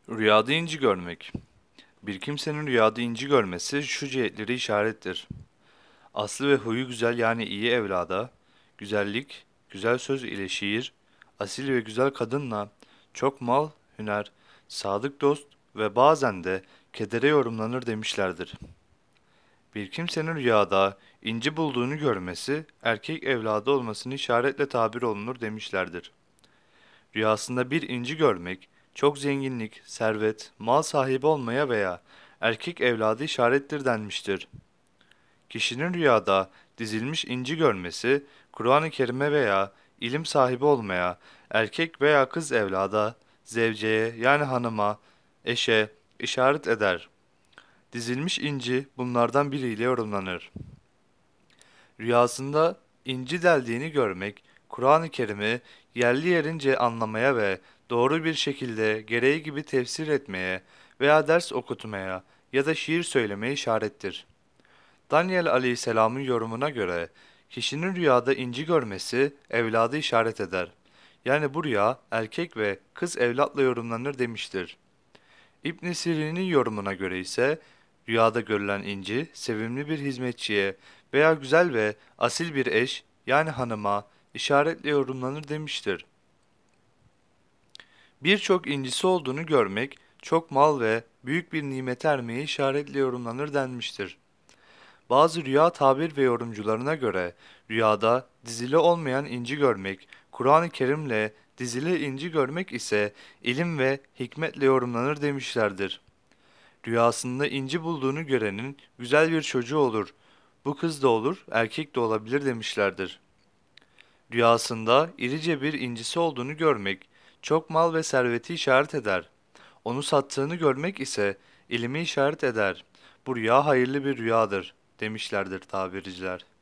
Rüyada inci görmek. Bir kimsenin rüyada inci görmesi şu cihetleri işarettir. Aslı ve huyu güzel yani iyi evlada, güzellik, güzel söz ile şiir, asil ve güzel kadınla, çok mal, hüner, sadık dost ve bazen de kedere yorumlanır demişlerdir. Bir kimsenin rüyada inci bulduğunu görmesi, erkek evladı olmasını işaretle tabir olunur demişlerdir. Rüyasında bir inci görmek, çok zenginlik, servet, mal sahibi olmaya veya erkek evladı işarettir denmiştir. Kişinin rüyada dizilmiş inci görmesi, Kur'an-ı Kerim'e veya ilim sahibi olmaya, erkek veya kız evlada, zevceye yani hanıma, eşe işaret eder. Dizilmiş inci bunlardan biriyle yorumlanır. Rüyasında inci deldiğini görmek, Kur'an-ı Kerim'i yerli yerince anlamaya ve doğru bir şekilde gereği gibi tefsir etmeye veya ders okutmaya ya da şiir söylemeye işarettir. Daniel Aleyhisselam'ın yorumuna göre, kişinin rüyada inci görmesi evladı işaret eder. Yani bu rüya erkek ve kız evlatla yorumlanır demiştir. İbn Sirin'in yorumuna göre ise rüyada görülen inci sevimli bir hizmetçiye veya güzel ve asil bir eş yani hanıma işaretle yorumlanır demiştir. Birçok incisi olduğunu görmek çok mal ve büyük bir nimete ermeye işaretle yorumlanır denmiştir. Bazı rüya tabir ve yorumcularına göre rüyada dizili olmayan inci görmek, Kur'an-ı Kerim'le dizili inci görmek ise ilim ve hikmetle yorumlanır demişlerdir. Rüyasında inci bulduğunu görenin güzel bir çocuğu olur. Bu kız da olur, erkek de olabilir demişlerdir. Rüyasında irice bir incisi olduğunu görmek, çok mal ve serveti işaret eder. Onu sattığını görmek ise ilmi işaret eder. Bu rüya hayırlı bir rüyadır, demişlerdir tabirciler.